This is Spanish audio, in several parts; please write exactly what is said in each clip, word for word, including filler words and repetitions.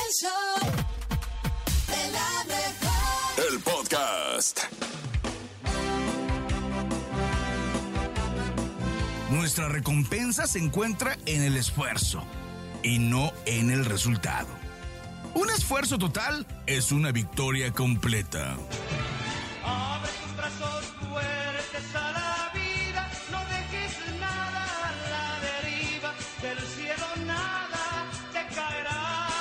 El show de la mejor. El podcast. Nuestra recompensa se encuentra en el esfuerzo y no en el resultado. Un esfuerzo total es una victoria completa. Abre tus brazos fuertes a la vida, no dejes nada a la deriva, del cielo nada te caerá.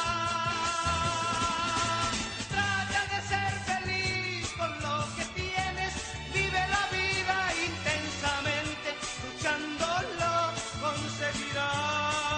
Trata de ser feliz con lo que tienes, vive la vida intensamente, luchándolo conseguirás.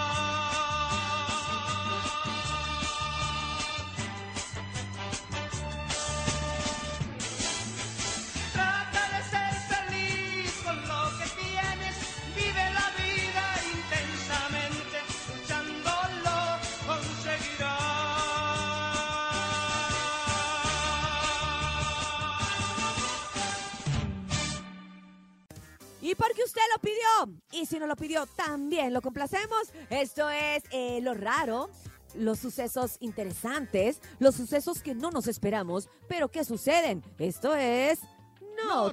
Y porque usted lo pidió, y si no lo pidió, también lo complacemos. Esto es eh, lo raro, los sucesos interesantes, los sucesos que no nos esperamos, pero que suceden. Esto es... No,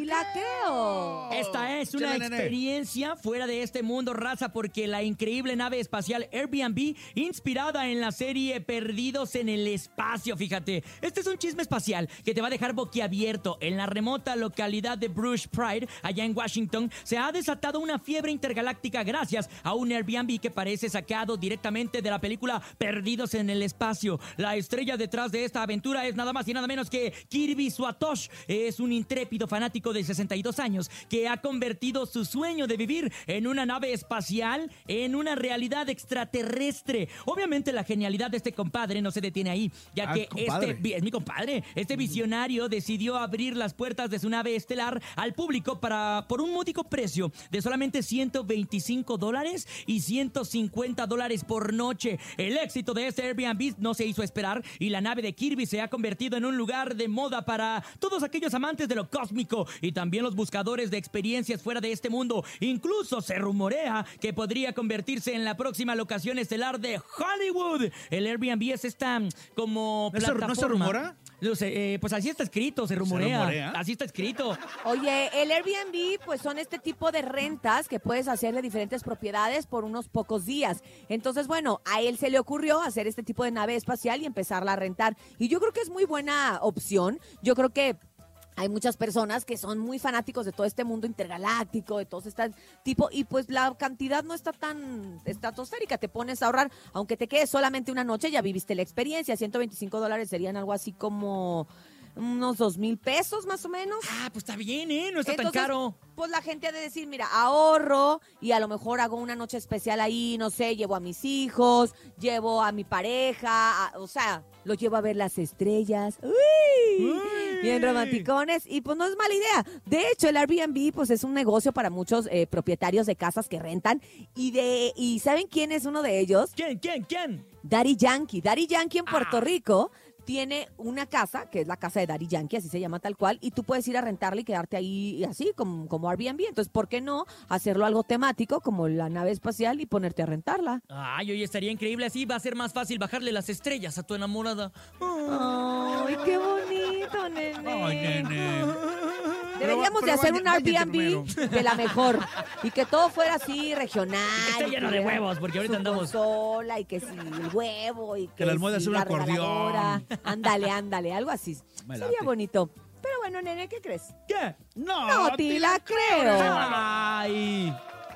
tilaqueo. Esta es una Chale, nene. experiencia fuera de este mundo, raza, porque la increíble nave espacial Airbnb, inspirada en la serie Perdidos en el Espacio, fíjate. Este es un chisme espacial que te va a dejar boquiabierto. En la remota localidad de Bruce Pride, allá en Washington, se ha desatado una fiebre intergaláctica gracias a un Airbnb que parece sacado directamente de la película Perdidos en el Espacio. La estrella detrás de esta aventura es nada más y nada menos que Kirby Swatosh. Es un intrépido fanático de sesenta y dos años que ha convertido su sueño de vivir en una nave espacial en una realidad extraterrestre. Obviamente la genialidad de este compadre no se detiene ahí, ya Ah, que compadre. este vi- es mi compadre, este visionario decidió abrir las puertas de su nave estelar al público para por un módico precio de solamente ciento veinticinco dólares y ciento cincuenta dólares por noche. El éxito de este Airbnb no se hizo esperar y la nave de Kirby se ha convertido en un lugar de moda para todos aquellos amantes de lo cósmico y también los buscadores de experiencias fuera de este mundo. Incluso se rumorea que podría convertirse en la próxima locación estelar de Hollywood. El Airbnb es esta mm, como ¿No se- no se plataforma. rumora? No sé, eh, pues así está escrito, se rumorea. rumorea? Así está escrito. Oye, el Airbnb pues son este tipo de rentas que puedes hacer de diferentes propiedades por unos pocos días. Entonces, bueno, a él se le ocurrió hacer este tipo de nave espacial y empezarla a rentar. Y yo creo que es muy buena opción. Yo creo que hay muchas personas que son muy fanáticos de todo este mundo intergaláctico, de todo este tipo, y pues la cantidad no está tan estratosférica. Te pones a ahorrar, aunque te quedes solamente una noche, ya viviste la experiencia. ciento veinticinco dólares serían algo así como unos dos mil pesos más o menos. Ah, pues está bien, ¿eh? No está Entonces, tan caro. Pues la gente ha de decir, mira, ahorro y a lo mejor hago una noche especial ahí, no sé, llevo a mis hijos, llevo a mi pareja, a- o sea, los llevo a ver las estrellas. ¡Uy! Uy. Bien romanticones y pues no es mala idea. De hecho, el Airbnb pues es un negocio para muchos eh, propietarios de casas que rentan y de y ¿saben quién es uno de ellos? ¿Quién, quién, quién? Daddy Yankee. Daddy Yankee en Puerto Ah. Rico tiene una casa, que es la casa de Daddy Yankee, así se llama tal cual, y tú puedes ir a rentarla y quedarte ahí así, como, como Airbnb. Entonces, ¿por qué no hacerlo algo temático, como la nave espacial, y ponerte a rentarla? Ay, oye, estaría increíble así. Va a ser más fácil bajarle las estrellas a tu enamorada. Ah. ¡Ay, qué bonito, nene! Ay, nene. Deberíamos Pero de va- hacer pero un vaya- Airbnb váyate de la mejor, y que todo fuera así, regional. Y que esté lleno de tuviera huevos, porque ahorita su andamos- consola, y que sí, el huevo, y que, la almohada sí, sea un la acordeón. regaladora. Ándale, ándale, algo así. Me Sería late. bonito. Pero bueno, nene, ¿qué crees? ¿Qué? No te la creo. Ay.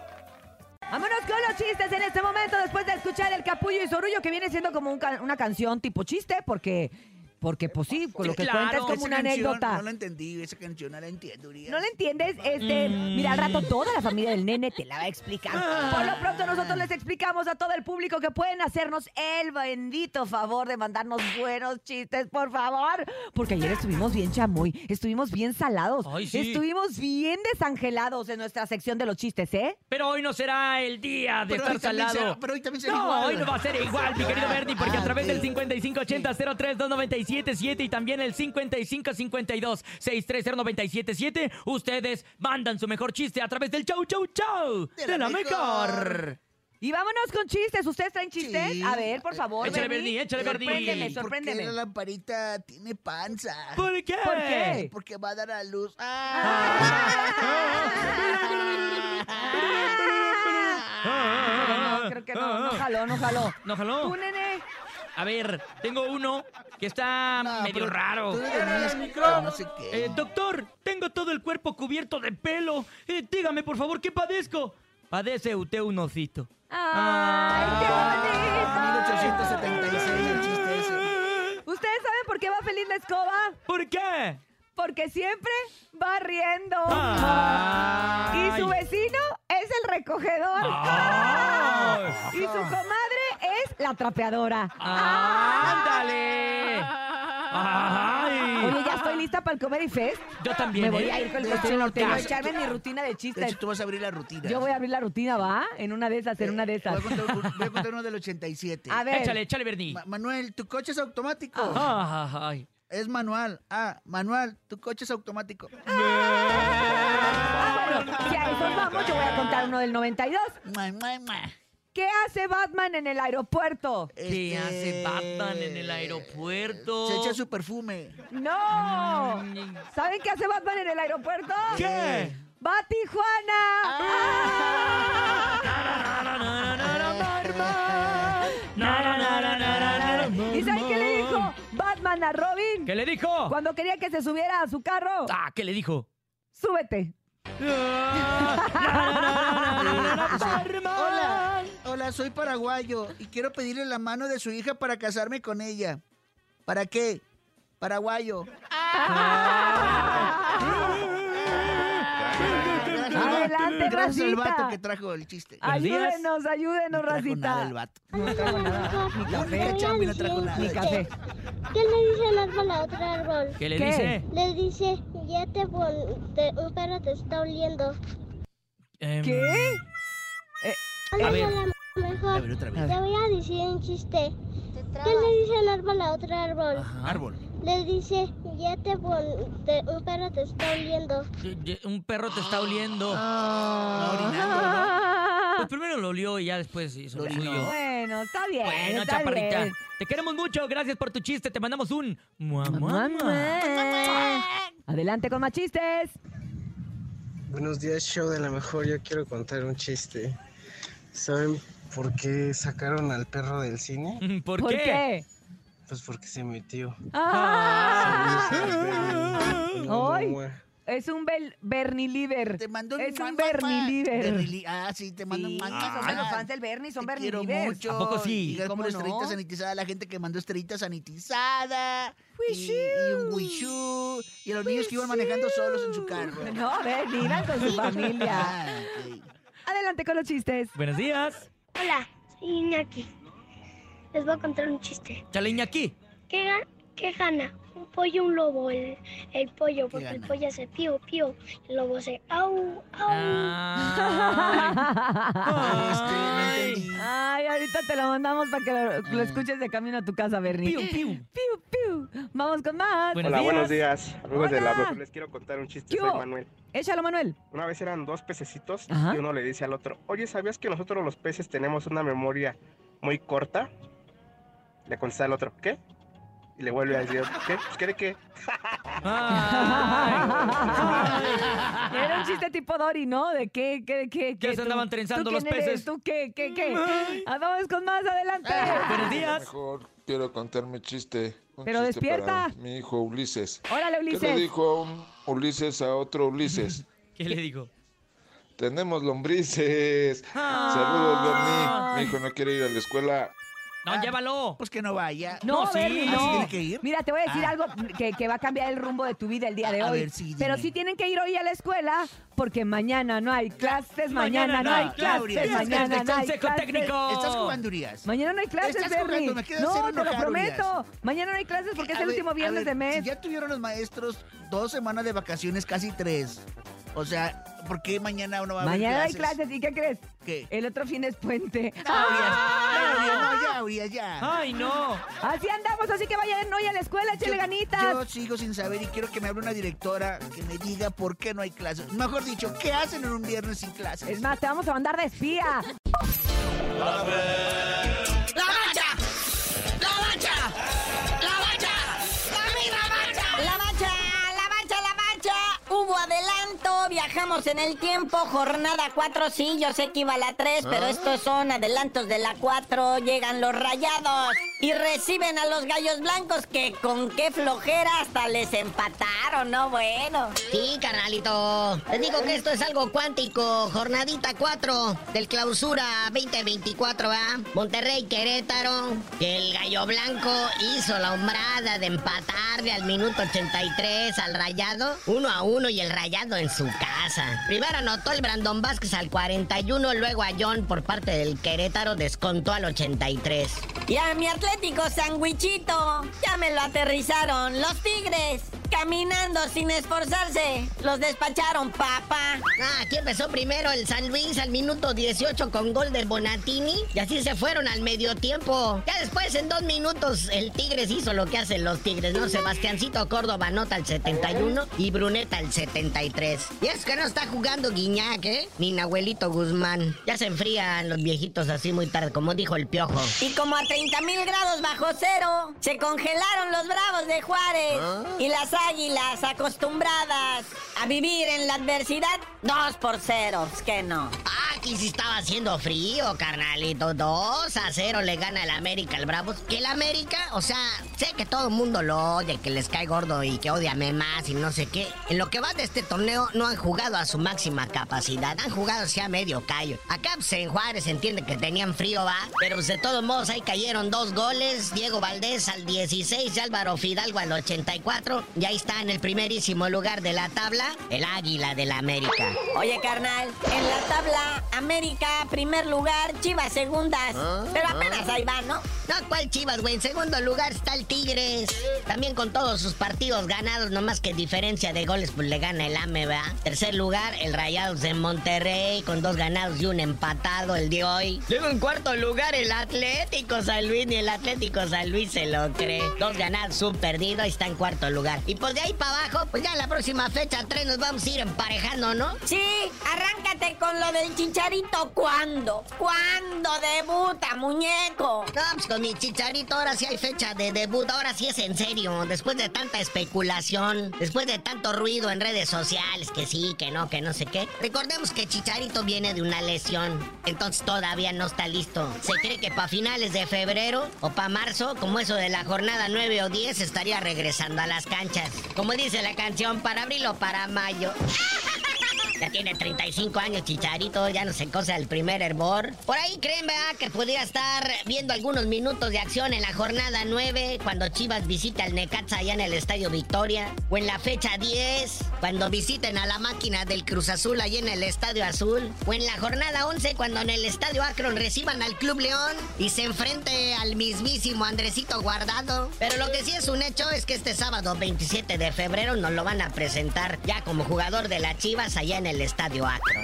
Vámonos con los chistes en este momento, después de escuchar el Capullo y Sorullo, que viene siendo como un ca- una canción tipo chiste, porque, porque pues sí, con Sí, lo que claro. cuenta es como Esa una canción anécdota. No la entendí, esa canción no la entiendo, Urias. ¿No le entiendes? Este, Mm. mira, al rato toda la familia del nene te la va a explicar. Ah. Por lo pronto nosotros les explicamos a todo el público que pueden hacernos el bendito favor de mandarnos buenos chistes, por favor. Porque ayer estuvimos bien chamoy, estuvimos bien salados, Ay, sí. estuvimos bien desangelados en nuestra sección de los chistes, ¿eh? Pero hoy no será el día de Pero estar hoy también salado. será- pero hoy también será no, igual. hoy no va a ser igual, mi querido Bernie, porque a Ah, través del sí. cincuenta y cinco ochenta cero tres dos noventa y siete siete y también el cincuenta y cinco cincuenta y dos sesenta y tres cero noventa y siete siete, ustedes mandan su mejor chiste a través del chau chau chau de, De la la mejor. mejor. Y vámonos con chistes. ¿Ustedes traen chistes? Sí. A ver, por favor, Échale, Bernie. Bernie, échale, Bernie. Sorpréndeme, ¿Por qué sorpréndeme. la lamparita tiene panza? ¿Por qué? ¿Por qué? Porque va a dar a luz. No, creo que no, no jaló, no jaló. ¿No jaló? ¿Tú, nene? A ver, tengo uno que está No, medio pero raro. tú tenías con no sé qué. Eh, doctor, tengo todo el cuerpo cubierto de pelo. Eh, dígame, por favor, ¿qué padezco? Padece usted un osito. ¡Ay, qué bonito! mil ochocientos setenta y seis el chiste ese. ¿Ustedes saben por qué va feliz la escoba? ¿Por qué? Porque siempre va riendo. Ay. Y su vecino es el recogedor. Ay. Y su comadre es la trapeadora. ¡Ándale! ¡Ay! Oye, ya estoy lista para el Comedy Fest. Yo también, Me voy ¿eh? a ir con el De costeño hecho, norteño a tú- echarme mi rutina de De chistes. hecho, tú vas a abrir la rutina. Yo voy a abrir la rutina, ¿va? En una de esas, en una de esas. Voy a contar, voy a contar uno del ochenta y siete. A ver. Échale, échale, Bernie. Ma- Manuel, ¿tu coche es automático? Ay, ay. Es manual. Ah, manual, tu coche es automático. Ah, bueno, si a esos vamos, yo voy a contar uno del noventa y dos. Mua, mua, mua. ¿Qué hace Batman en el aeropuerto? ¿Qué Este, hace Batman en el aeropuerto? Se echa su perfume. ¡No! ¿Saben qué hace Batman en el aeropuerto? ¿Qué? ¡Va a Tijuana! ¿Y saben qué le dijo Batman a Robin? ¿Qué le dijo? Cuando quería que se subiera a su carro. Ah, ¿qué le dijo? ¡Súbete! Hola, hola, soy paraguayo y quiero pedirle la mano de su hija para casarme con ella. ¿Para qué? Paraguayo. Adelante, Gracias al vato Racita. que trajo el chiste. Buenos días. Ayúdenos, ayúdenos, No trajo Racita. nada el vato. No trajo nada. Ni La única café. chamba y no trajo nada. Ni café. ¿Qué le dice el árbol a otro árbol? ¿Qué le ¿Qué? dice? Le dice, ya te, vol- te- un perro te está oliendo. Em, ¿Qué? Hola, A ver. hola, A mejor. ver, otra vez. Te voy a decir un chiste. ¿Qué le dice el árbol a otro árbol? Ajá. Árbol. Le dice, ya te, vol- te- un perro te está oliendo. Ye- ye- Un perro te está oliendo. Ah, orinando, ¿no? Pues primero lo olió y ya después hizo lo Lo suyo. orinó. Bueno, está bien. Bueno, está chaparrita. bien. Te queremos mucho. Gracias por tu chiste. Te mandamos un... mua, mua, Mamá. mua. Adelante con más chistes. Buenos días, show de la mejor. Yo quiero contar un chiste. ¿Saben por qué sacaron al perro del cine? ¿Por, ¿Por qué? qué? Pues porque se metió. Ah, Ay. Ay. Es un bel Bernie Liver. Te mando un Es un mua, mua, Bernie mua. Liver. Bernie Li- Ah, sí, te mando Sí, un mua, mua, somos mua. los fans del Bernie, son Te Bernie quiero Livers. mucho. ¿A poco sí? Y gracias ¿Cómo por estrellita no? sanitizada, la gente que mandó estrellita sanitizada. Y, Wishu. y un wishu. Y a los niños que iban manejando solos en su carro. No, Bernie, iban con su familia. Ah, ok. Adelante con los chistes. Buenos días. Hola, soy Iñaki. Les voy a contar un chiste. Chaleña aquí. ¿Qué, ga- qué gana? Un pollo, un lobo. El, el pollo, porque el gana? pollo hace pío, pío. El lobo hace au, au. Este, no Ay. entendí. Ay, ahorita te lo mandamos para que lo, lo escuches de camino a tu casa, Bernie. Piu, piu. Piu, piu. Vamos con más. Buenos Hola, días. buenos días. Amigos de la Hola. mejor, les quiero contar un chiste. ¿Qué Soy hubo? Manuel. Échalo, Manuel. Una vez eran dos pececitos Ajá. y uno le dice al otro, oye, ¿sabías que nosotros los peces tenemos una memoria muy corta? Le contesta al otro, ¿qué? Y le vuelve a decir, ¿qué? Pues, ¿qué de qué? Ay. Era un chiste tipo Dory, ¿no? ¿De qué, qué, qué? Ya qué? se ¿Tú- andaban trenzando tú los quién eres? peces. ¿Tú qué, qué, qué? Ah, vamos con más, adelante. Buenos A lo días. mejor quiero contar mi chiste. Un Pero chiste despierta. para mi hijo Ulises. Órale, ¿Qué le Ulises. dijo un Ulises a otro Ulises? ¿Qué le dijo? Tenemos lombrices. Ah. Saludos, Bernie. Mi hijo no quiere ir a la escuela. No, llévalo. Pues que no vaya. No, No, sí. Bernie, ¿Ah, no. sí tiene que ir? Mira, te voy a decir Ah. algo que, que va a cambiar el rumbo de tu vida el día de A hoy. ver, sí, Pero dime. sí tienen que ir hoy a la escuela porque mañana no hay clases, mañana, Mañana no hay no. Claudia, clases, es que mañana el no hay consejo clases. técnico. Estás jugando, Urias. Mañana no hay clases, Estás Bernie. jugando, me quieres No, hacer te lo enojar, prometo. Mañana no hay clases porque es A el ver, último a viernes ver, de mes. Si ya tuvieron los maestros dos semanas de vacaciones, casi tres. O sea, ¿por qué mañana no va a haber Mañana hay clases? clases. ¿Y qué crees? ¿Qué? El otro fin es puente. No, Urias. No, Urias, no, ya, Urias, ya. Ay, no. Así andamos, así que vayan hoy a la escuela, échale Yo- ganitas. Yo sigo sin saber y quiero que me hable una directora que me diga por qué no hay clases. Mejor dicho, ¿qué hacen en un viernes sin clases? Es más, te vamos a mandar de espía. las ver. ¡La Bacha! ¡La Bacha! ¡La Bacha! ¡La misma Bacha! La Bacha, la Bacha, la Bacha. Hubo adelanto, viajamos en el tiempo, jornada cuatro, sí, yo sé que iba a la tres, pero estos son adelantos de la cuatro. Llegan los Rayados y reciben a los Gallos Blancos, que con qué flojera hasta les empataron, ¿no? Bueno. Sí, carnalito. Les digo que esto es algo cuántico. Jornadita cuatro del clausura veinte veinticuatro, ¿ah? Monterrey, Querétaro. Que el Gallo Blanco hizo la hombrada de empatarle al minuto ochenta y tres al Rayado. Uno a uno y el Rayado en su casa. Primero anotó el Brandon Vázquez al cuarenta y uno, luego a John por parte del Querétaro descontó al ochenta y tres. Y a mi Atlético Sandwichito, ya me lo aterrizaron. Los Tigres, caminando sin esforzarse, los despacharon, papá. Ah, aquí empezó primero el San Luis al minuto dieciocho con gol del Bonatini. Y así se fueron al medio tiempo. Ya después, en dos minutos, el Tigres hizo lo que hacen los Tigres, ¿no? Sebastiancito Córdoba anota al setenta y uno y Bruneta al setenta y tres. Y es que no está jugando Guiñac, ¿eh? Ni Nahuelito Guzmán. Ya se enfrían los viejitos así muy tarde, como dijo el Piojo. Y como a treinta mil grados bajo cero, se congelaron los Bravos de Juárez. ¿Ah? Y las Águilas, acostumbradas a vivir en la adversidad, dos por cero, es que no. Ah, aquí sí estaba haciendo frío, carnalito. dos a cero le gana el América al Bravos. Que el América, o sea, sé que todo el mundo lo odia, que les cae gordo y que odiame más y no sé qué. En lo que va de este torneo no han jugado a su máxima capacidad, han jugado así a medio callo. Acá pues, en Juárez se entiende que tenían frío, va, pero pues, de todos modos ahí cayeron dos goles. Diego Valdés al dieciséis y Álvaro Fidalgo al ochenta y cuatro. Y ahí está en el primerísimo lugar de la tabla, el Águila del América. Oye, carnal, en la tabla, América, primer lugar, Chivas, segundas. ¿Ah? Pero apenas ahí va, ¿no? No, ¿cuál Chivas, güey? En segundo lugar está el Tigres. También con todos sus partidos ganados, nomás que diferencia de goles, pues le gana el A M E, ¿verdad? Tercer lugar, el Rayados de Monterrey, con dos ganados y un empatado el de hoy. Luego en cuarto lugar, el Atlético San Luis, ni el Atlético San Luis se lo cree. Dos ganados, un perdido, ahí está en cuarto lugar. Y pues de ahí para abajo, pues ya en la próxima fecha tres nos vamos a ir emparejando, ¿no? Sí, arráncate con lo del Chicharito. ¿Cuándo? ¿Cuándo debuta, muñeco? No, pues con mi Chicharito ahora sí hay fecha de debut, ahora sí es en serio. Después de tanta especulación, después de tanto ruido en redes sociales, que sí, que no, que no sé qué. Recordemos que Chicharito viene de una lesión, entonces todavía no está listo. Se cree que para finales de febrero o para marzo, como eso de la jornada nueve o diez, estaría regresando a las canchas. Como dice la canción, para abril o para mayo. Ya tiene treinta y cinco años Chicharito, ya no se cosa el primer hervor. Por ahí creen, ¿verdad?, que pudiera estar viendo algunos minutos de acción en la jornada nueve, cuando Chivas visite al Necaxa allá en el Estadio Victoria. O en la fecha diez, cuando visiten a la máquina del Cruz Azul allá en el Estadio Azul. O en la jornada once, cuando en el Estadio Akron reciban al Club León y se enfrente al mismísimo Andresito Guardado. Pero lo que sí es un hecho es que este sábado veintisiete de febrero nos lo van a presentar ya como jugador de las Chivas allá en el Estadio Akron.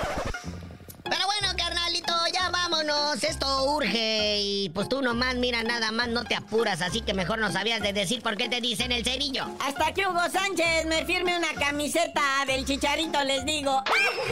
Pero bueno, carnalito, ya vámonos. Esto urge y pues tú nomás, mira, nada más no te apuras. Así que mejor no sabías de decir por qué te dicen el cerillo. Hasta que Hugo Sánchez me firme una camiseta del Chicharito, les digo.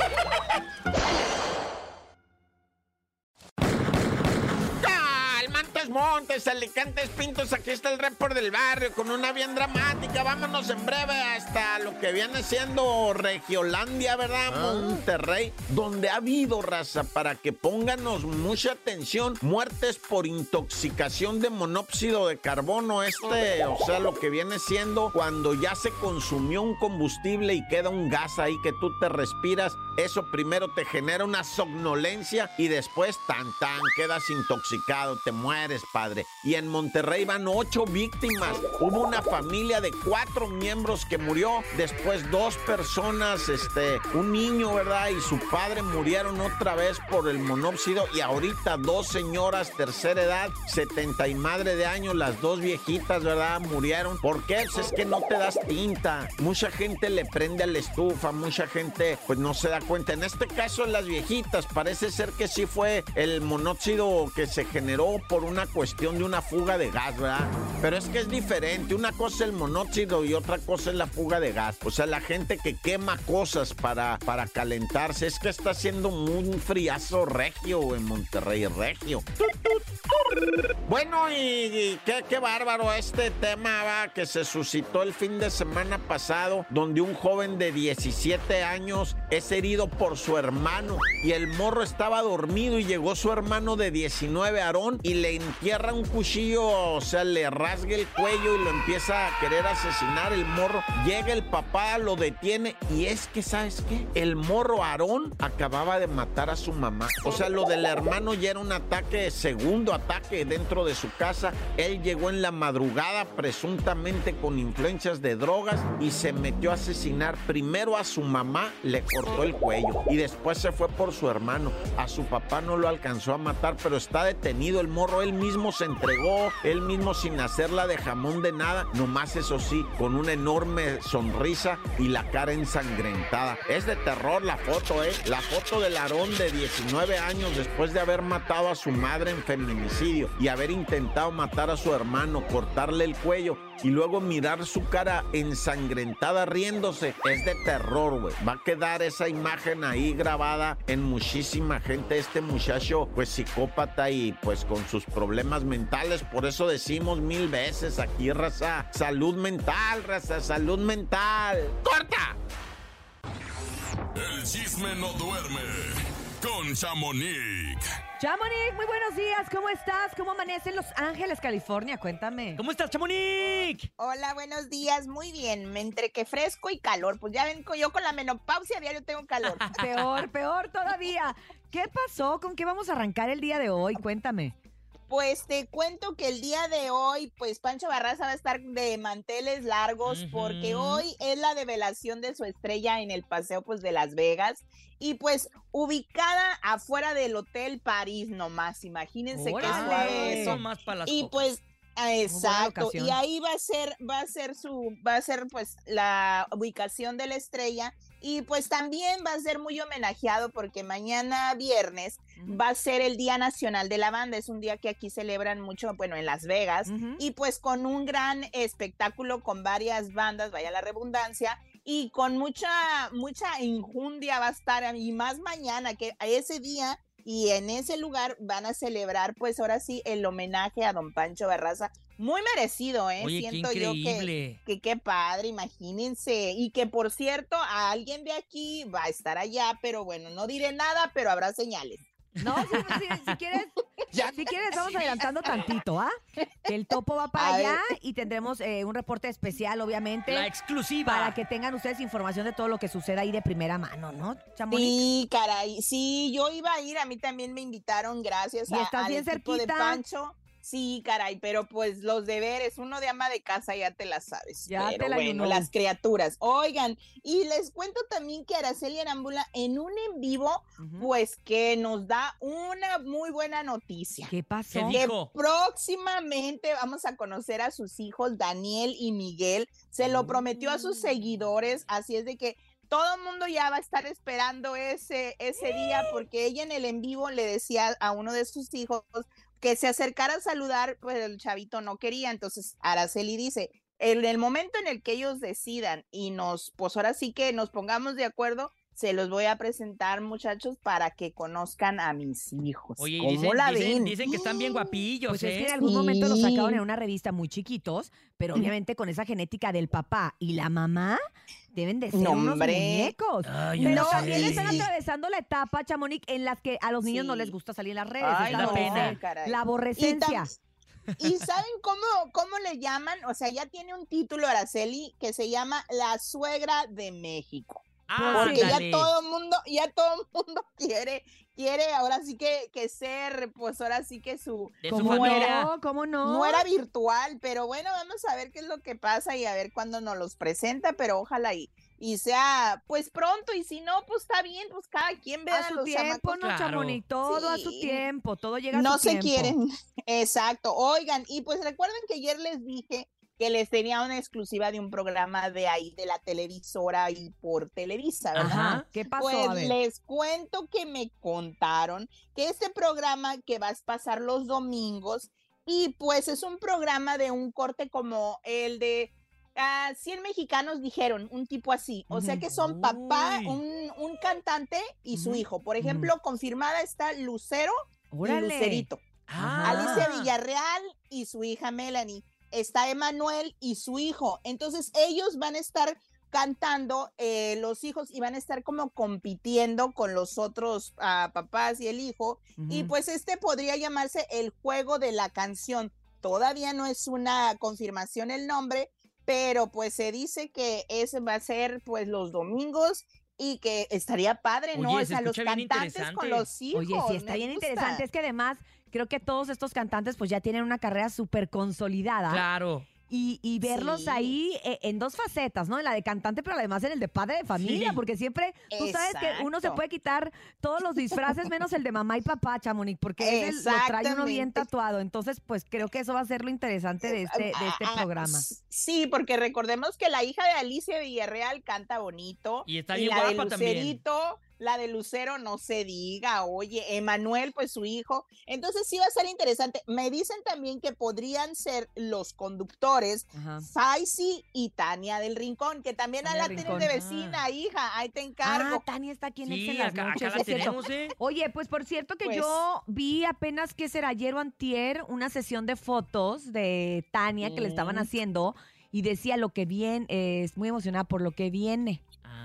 Montes, Alicantes, Pintos, aquí está el report del barrio con una bien dramática. Vámonos en breve hasta lo que viene siendo Regiolandia, ¿verdad? ¿Ah? Monterrey, donde ha habido, raza, para que pónganos mucha atención, muertes por intoxicación de monóxido de carbono. Este, o sea, lo que viene siendo cuando ya se consumió un combustible y queda un gas ahí que tú te respiras. Eso primero te genera una somnolencia y después, tan, tan, quedas intoxicado, te mueres, padre. Y en Monterrey van ocho víctimas. Hubo una familia de cuatro miembros que murió. Después dos personas, este, un niño, ¿verdad? Y su padre murieron otra vez por el monóxido. Y ahorita dos señoras, tercera edad, setenta y madre de años, las dos viejitas, ¿verdad? Murieron. ¿Por qué? Pues es que no te das tinta. Mucha gente le prende a la estufa, mucha gente pues no se da cuenta. En este caso, las viejitas, parece ser que sí fue el monóxido que se generó por una cuestión de una fuga de gas, ¿verdad? Pero es que es diferente. Una cosa es el monóxido y otra cosa es la fuga de gas. O sea, la gente que quema cosas para, para calentarse. Es que está haciendo un friazo regio en Monterrey, regio. Bueno, y, y qué, qué bárbaro este tema va, que se suscitó el fin de semana pasado, donde un joven de diecisiete años es herido por su hermano y el morro estaba dormido y llegó su hermano de diecinueve, Aarón, y le entierra un cuchillo, o sea, le rasga el cuello y lo empieza a querer asesinar. El morro, llega el papá, lo detiene y es que, ¿sabes qué? El morro Aarón acababa de matar a su mamá. O sea, lo del hermano ya era un ataque, segundo ataque dentro de su casa. Él llegó en la madrugada presuntamente con influencias de drogas y se metió a asesinar primero a su mamá, le cortó el cuello y después se fue por su hermano. A su papá no lo alcanzó a matar, pero está detenido el morro. Él mismo se entregó, él mismo sin hacerla de jamón de nada, nomás eso sí, con una enorme sonrisa y la cara ensangrentada. Es de terror la foto, ¿eh? La foto del Aarón de diecinueve años después de haber matado a su madre en feminicidio y haber intentado matar a su hermano, cortarle el cuello y luego mirar su cara ensangrentada riéndose. Es de terror, güey. Va a quedar esa imagen ahí grabada en muchísima gente. Este muchacho, pues psicópata y pues con sus problemas mentales. Por eso decimos mil veces aquí, raza, salud mental, raza, salud mental. ¡Corta! El chisme no duerme con Chamonix. Chamonix, muy buenos días, ¿cómo estás? ¿Cómo amanece en Los Ángeles, California? Cuéntame. ¿Cómo estás, Chamonix? Hola, buenos días, muy bien, entre que fresco y calor, pues ya ven, yo con la menopausia diario tengo calor. Peor, peor todavía. ¿Qué pasó? ¿Con qué vamos a arrancar el día de hoy? Cuéntame. Pues te cuento que el día de hoy, pues Pancho Barraza va a estar de manteles largos uh-huh. porque hoy es la develación de su estrella en el paseo pues de Las Vegas y pues ubicada afuera del Hotel París nomás, imagínense qué suave eso. Más para las y copas. Pues exacto, y ahí va a ser, va a ser su, va a ser pues la ubicación de la estrella y pues también va a ser muy homenajeado porque mañana viernes uh-huh. va a ser el Día Nacional de la Banda, es un día que aquí celebran mucho, bueno, en Las Vegas uh-huh. y pues con un gran espectáculo con varias bandas, vaya la redundancia, y con mucha, mucha injundia va a estar, y más mañana que a ese día. Y en ese lugar van a celebrar, pues ahora sí, el homenaje a don Pancho Barraza. Muy merecido, ¿eh? Oye, siento qué yo que, que qué padre, imagínense. Y que, por cierto, a alguien de aquí va a estar allá, pero bueno, no diré nada, pero habrá señales. No, si, si, si quieres, si quieres vamos adelantando tantito, ¿ah? Que el topo va para a allá ver. Y tendremos eh, un reporte especial, obviamente. La exclusiva. Para que tengan ustedes información de todo lo que suceda ahí de primera mano, ¿no, Chamonix? Sí, caray, sí, yo iba a ir, a mí también me invitaron, gracias ¿Y a, estás al bien equipo cerquita? de Pancho. Sí, caray, pero pues los deberes, uno de ama de casa ya te la sabes. Ya pero te la bueno, ayunó. Las criaturas. Oigan, y les cuento también que Araceli Arámbula en un en vivo, uh-huh. pues que nos da una muy buena noticia. ¿Qué pasó? Que próximamente vamos a conocer a sus hijos, Daniel y Miguel. Se lo prometió a sus seguidores, así es de que todo el mundo ya va a estar esperando ese, ese día, porque ella en el en vivo le decía a uno de sus hijos que se acercara a saludar, pues el chavito no quería. Entonces Araceli dice, en el momento en el que ellos decidan y nos, pues ahora sí que nos pongamos de acuerdo, se los voy a presentar, muchachos, para que conozcan a mis hijos. Oye, ¿Cómo dicen, la dicen, ven? dicen que están bien guapillos, Pues ¿eh? es que en algún Sí. momento los sacaron en una revista muy chiquitos, pero obviamente con esa genética del papá y la mamá deben de ser No, unos hombre. muñecos. Ay, pero no, también sí. están atravesando la etapa, Chamonix, en las que a los niños Sí. no les gusta salir en las redes. Ay, es la, no, pena. caray. La aborrecencia. ¿Y saben cómo, cómo le llaman? O sea, ya tiene un título, Araceli, que se llama La Suegra de México. Ah, Porque ándale. ya todo el mundo, ya todo el mundo quiere, quiere ahora sí que, que ser, pues ahora sí que su De su ¿Cómo familia. no? ¿Cómo no? nuera virtual, pero bueno, vamos a ver qué es lo que pasa y a ver cuándo nos los presenta, pero ojalá y, y sea pues pronto, y si no, pues está bien, pues cada quien vea A su los tiempo, chamacos. no, Claro. Chamonix, todo a su Sí. tiempo, todo llega a No su se tiempo. quieren, exacto. Oigan, y pues recuerden que ayer les dije que les tenía una exclusiva de un programa de ahí, de la televisora y por Televisa, ¿verdad? Ajá. ¿Qué pasó? Pues A ver. les cuento que me contaron que este programa que va a pasar los domingos, y pues es un programa de un corte como el de uh, cien mexicanos dijeron, un tipo así. O sea que son papá, un, un cantante y su hijo. Por ejemplo, confirmada está Lucero Órale. y Lucerito. Ah. Alicia Villarreal y su hija Melanie. Está Emanuel y su hijo. Entonces ellos van a estar cantando, eh, los hijos, y van a estar como compitiendo con los otros uh, papás y el hijo. Uh-huh. Y pues este podría llamarse el juego de la canción. Todavía no es una confirmación el nombre, pero pues se dice que ese va a ser pues los domingos y que estaría padre, ¿no? Oye, o sea, los cantantes con los hijos. Oye, sí, está bien gusta. interesante. Es que además creo que todos estos cantantes pues ya tienen una carrera súper consolidada. Claro. Y, y verlos sí. ahí eh, en dos facetas, ¿no? En la de cantante, pero además en el de padre de familia, sí. porque siempre, tú sabes que uno se puede quitar todos los disfraces menos el de mamá y papá, Chamonix, porque ese lo trae uno bien tatuado. Entonces, pues creo que eso va a ser lo interesante de este, de este ah, programa. Sí, porque recordemos que la hija de Alicia Villarreal canta bonito. Y está bien y la guapa de Lucerito, también. La de Lucero no se diga, oye, Emanuel, pues su hijo. Entonces sí va a ser interesante. Me dicen también que podrían ser los conductores, Faisy y Tania del Rincón, que también Tania la tienen de vecina, ah. hija, ahí te encargo. Ah, Tania está aquí en sí, Exa en las acá, noches. acá la tenemos, ¿eh? Oye, pues por cierto que pues, yo vi apenas, que será ayer o antier, una sesión de fotos de Tania que mm. le estaban haciendo y decía lo que viene, eh, es muy emocionada por lo que viene.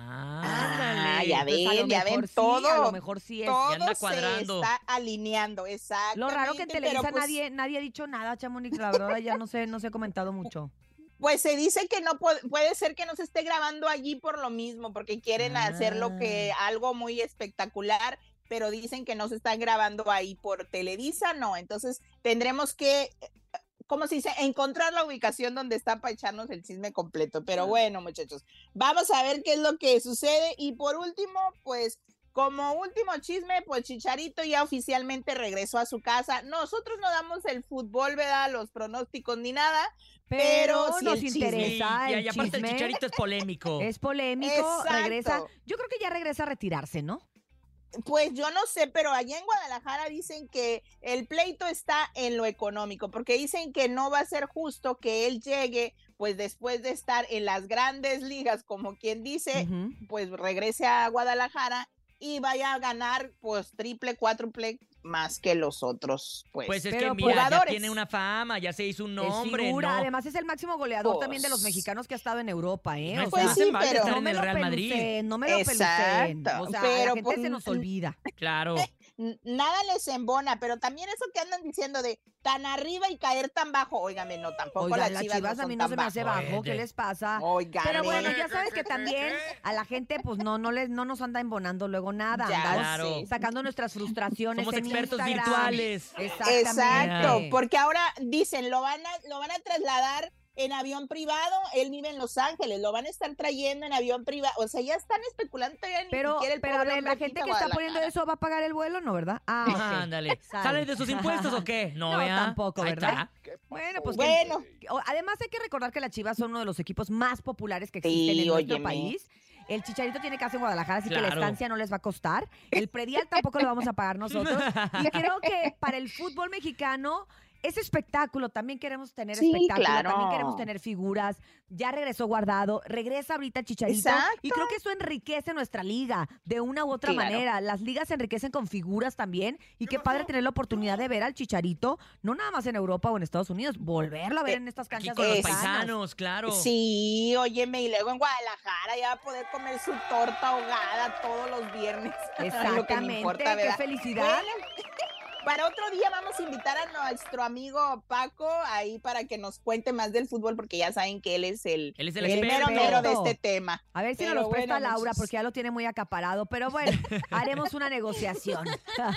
Ah, ya ven, ya ven, sí, todo, a lo mejor sí es. todo anda cuadrando. se está alineando, exacto. Lo raro que en Televisa pues, nadie, nadie ha dicho nada, Chamonix, la verdad ya no sé, no se ha comentado mucho. Pues se dice que no puede, puede ser que no se esté grabando allí por lo mismo, porque quieren ah. hacer lo que, algo muy espectacular, pero dicen que no se están grabando ahí por Televisa, no, entonces tendremos que, ¿cómo se dice? Encontrar la ubicación donde está para echarnos el chisme completo. Pero bueno, muchachos, vamos a ver qué es lo que sucede. Y por último, pues, como último chisme, pues Chicharito ya oficialmente regresó a su casa. Nosotros no damos el fútbol, ¿verdad? Los pronósticos ni nada. Pero, pero si nos el interesa. Sí, el y aparte chisme. el Chicharito es polémico. Es polémico, Exacto. regresa. Yo creo que ya regresa a retirarse, ¿no? Pues yo no sé, pero allá en Guadalajara dicen que el pleito está en lo económico, porque dicen que no va a ser justo que él llegue, pues después de estar en las grandes ligas, como quien dice, uh-huh. pues regrese a Guadalajara y vaya a ganar pues triple, cuádruple más que los otros, pues. Pues es pero que mira, jugadores. Ya tiene una fama, ya se hizo un nombre, es figura, ¿no? Además es el máximo goleador pues, también de los mexicanos que ha estado en Europa, ¿eh? No o pues sea, sí, pero no en me el lo Real pelucen, Madrid. no me lo pelucen. O sea, pero, la gente pues, se nos olvida. Claro. Nada les embona, pero también eso que andan diciendo de tan arriba y caer tan bajo, óigame, no, tampoco Oigan, las las Chivas, Chivas no a mí son no tan se me hace bajo. bajo, ¿qué les pasa? Óigame. Pero bueno, ya sabes que también a la gente pues no no les no nos anda embonando luego nada, Ya, andamos claro. sacando nuestras frustraciones Somos en expertos Instagram. virtuales. Exactamente. Exacto, porque ahora dicen, lo van a lo van a trasladar en avión privado, él vive en Los Ángeles, lo van a estar trayendo en avión privado, o sea, ya están especulando todavía ni Pero, siquiera el pero a pobre ver, hombre la gente quita que está Guadalajara. poniendo eso va a pagar el vuelo, ¿no, verdad? Ah, ok. Ándale. Sale. ¿Sale de sus impuestos o qué? No, No, vea. tampoco, Ahí ¿verdad? está. Bueno, pues Bueno. que- o- además hay que recordar que las Chivas son uno de los equipos más populares que existen Sí, en nuestro óyeme. país. El Chicharito tiene casa en Guadalajara, así que la Claro. estancia no les va a costar. El predial tampoco lo vamos a pagar nosotros. Y creo que para el fútbol mexicano es espectáculo. También queremos tener Sí, espectáculo, claro. también queremos tener figuras. Ya regresó Guardado, regresa ahorita Chicharito. Exacto. Y creo que eso enriquece nuestra liga de una u otra Claro. manera. Las ligas se enriquecen con figuras también. Y qué padre tener la oportunidad de ver al Chicharito, no nada más en Europa o en Estados Unidos, volverlo a ver Eh, en estas Aquí canchas con los mexicanas. paisanos, claro. Sí, óyeme, y luego en Guadalajara ya va a poder comer su torta ahogada todos los viernes. Lo que me Exactamente, importa, qué ¿verdad? felicidad. Bueno, para otro día vamos a invitar a nuestro amigo Paco ahí para que nos cuente más del fútbol, porque ya saben que él es el, Él es el el experto. mero mero de este tema. A ver si Pero nos los presta bueno, Laura, muchachos. porque ya lo tiene muy acaparado. Pero bueno, haremos una negociación.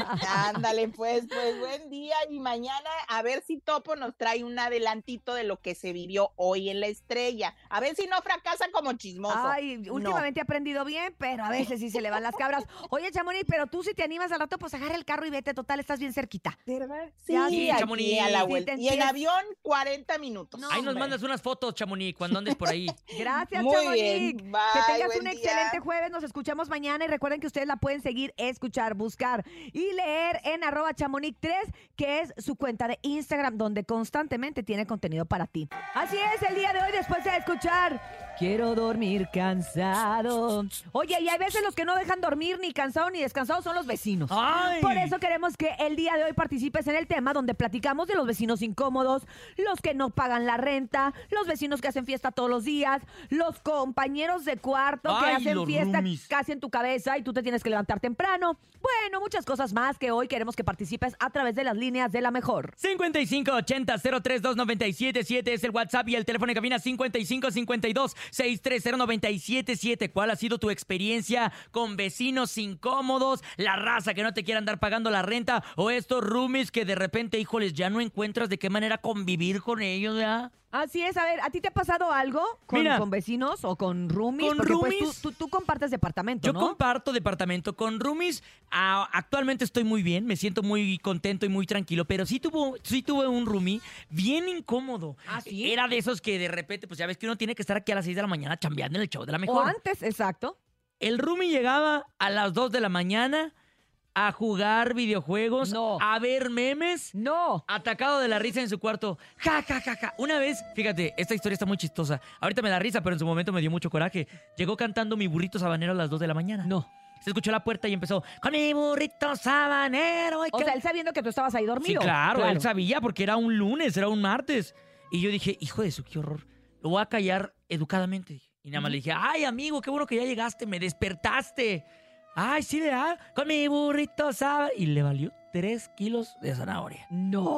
Ándale, pues, pues buen día, y mañana a ver si Topo nos trae un adelantito de lo que se vivió hoy en La Estrella. A ver si no fracasa como chismoso. Ay, No. últimamente he aprendido bien, pero a veces sí se le van las cabras. Oye, Chamonix, pero tú si te animas al rato, pues agarra el carro y vete. Total, estás bien cerquita. ¿Verdad? Sí, Sí, aquí Chamonix. A la Sí, vuelta. te Y en entiendo. avión, cuarenta minutos. No, Ahí nos hombre. mandas unas fotos, Chamonix, cuando andes por ahí. Gracias, Muy Chamonix. bien. Bye, Que tengas buen un día. excelente jueves. Nos escuchamos mañana y recuerden que ustedes la pueden seguir, escuchar, buscar y leer en arroba chamonix tres, que es su cuenta de Instagram, donde constantemente tiene contenido para ti. Así es, el día de hoy, después de escuchar Quiero dormir cansado. Oye, y hay veces los que no dejan dormir ni cansado ni descansado son los vecinos. ¡Ay! Por eso queremos que el día de hoy participes en el tema donde platicamos de los vecinos incómodos, los que no pagan la renta, los vecinos que hacen fiesta todos los días, los compañeros de cuarto que ¡Ay, hacen los fiesta roomies! casi en tu cabeza y tú te tienes que levantar temprano. Bueno, muchas cosas más que hoy queremos que participes a través de las líneas de la mejor. cincuenta y cinco ochenta cero tres dos nueve siete siete es el WhatsApp y el teléfono en cabina cincuenta y cinco cincuenta y dos sesenta y tres cero nueve siete siete. ¿Cuál ha sido tu experiencia con vecinos incómodos? La raza que no te quiere andar pagando la renta o estos roomies que de repente, híjoles, ya no encuentras de qué manera convivir con ellos, ¿ya? Así es, a ver, ¿a ti te ha pasado algo con, Mira, con vecinos o con roomies? con Porque pues roomies, tú, tú, tú compartes departamento, Yo ¿no? comparto departamento con roomies. Ah, actualmente estoy muy bien, me siento muy contento y muy tranquilo, pero sí, tuvo, sí tuve un roomie bien incómodo. ¿Ah, sí? Era de esos que de repente, pues ya ves que uno tiene que estar aquí a las seis de la mañana chambeando en el show de la O mejor. antes, exacto. El roomie llegaba a las dos de la mañana a jugar videojuegos, No. a ver memes, No. atacado de la risa en su cuarto. Ja, ja, ja, ja. Una vez, fíjate, esta historia está muy chistosa. Ahorita me da risa, pero en su momento me dio mucho coraje. Llegó cantando Mi Burrito Sabanero a las dos de la mañana. No. Se escuchó la puerta y empezó, con mi burrito sabanero. ay, O que-". sea, él sabiendo que tú estabas ahí Sí, dormido. claro, él sabía porque era un lunes, era un martes. Y yo dije, hijo de su, qué horror. Lo voy a callar educadamente. dije. Y nada más le dije, ay, amigo, qué bueno que ya llegaste, me despertaste. Ay, sí, ¿verdad? Con mi burrito sabanero. Y le valió tres kilos de zanahoria.